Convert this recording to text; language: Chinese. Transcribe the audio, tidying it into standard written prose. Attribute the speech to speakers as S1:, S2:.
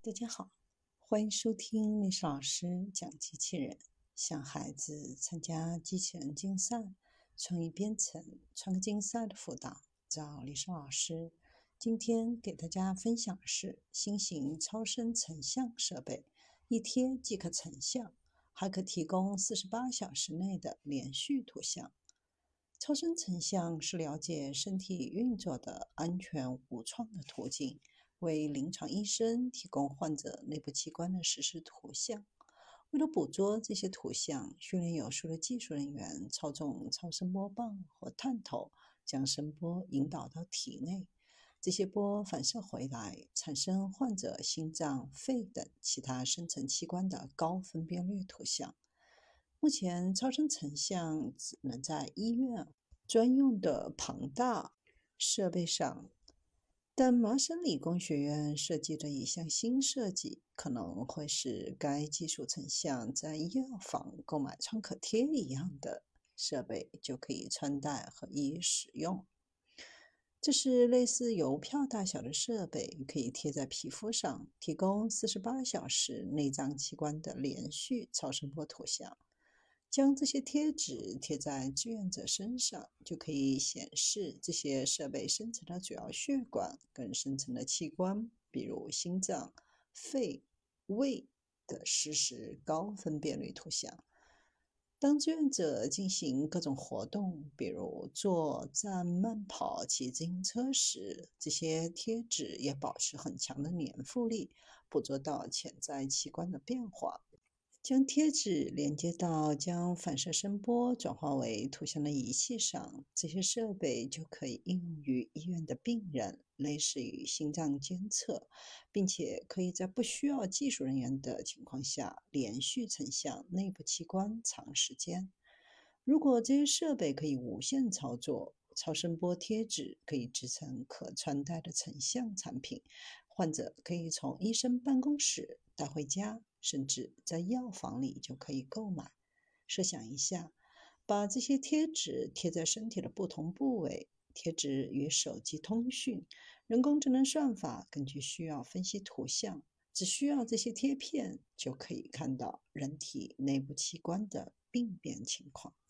S1: 大家好，欢迎收听历史老师讲机器人，向孩子参加机器人竞赛、创意编程、创客竞赛的辅导，找历史老师。今天给大家分享的是新型超声成像设备，一贴即可成像，还可提供48小时内的连续图像。超声成像是了解身体运作的安全无创的途径，为临床医生提供患者内部器官的实时图像。为了捕捉这些图像，训练有素的技术人员操纵超声波棒或探头，将声波引导到体内。这些波反射回来，产生患者心脏、肺等其他深层器官的高分辨率图像。目前，超声成像只能在医院专用的庞大设备上，但麻省理工学院设计的一项新设计，可能会使该技术成像在医药房购买创可贴一样的设备就可以穿戴和一使用。这是类似邮票大小的设备，可以贴在皮肤上，提供48小时内脏器官的连续超声波图像。将这些贴纸贴在志愿者身上，就可以显示这些设备生成的主要血管跟生成的器官，比如心脏、肺、胃的实时高分辨率图像。当志愿者进行各种活动，比如坐、站、慢跑、骑自行车时，这些贴纸也保持很强的粘附力，捕捉到潜在器官的变化。将贴纸连接到将反射声波转化为图像的仪器上，这些设备就可以应用于医院的病人，类似于心脏监测，并且可以在不需要技术人员的情况下连续成像内部器官长时间。如果这些设备可以无线操作，超声波贴纸可以制成可穿戴的成像产品，患者可以从医生办公室带回家，甚至在药房里就可以购买。设想一下，把这些贴纸贴在身体的不同部位，贴纸与手机通讯，人工智能算法根据需要分析图像，只需要这些贴片就可以看到人体内部器官的病变情况。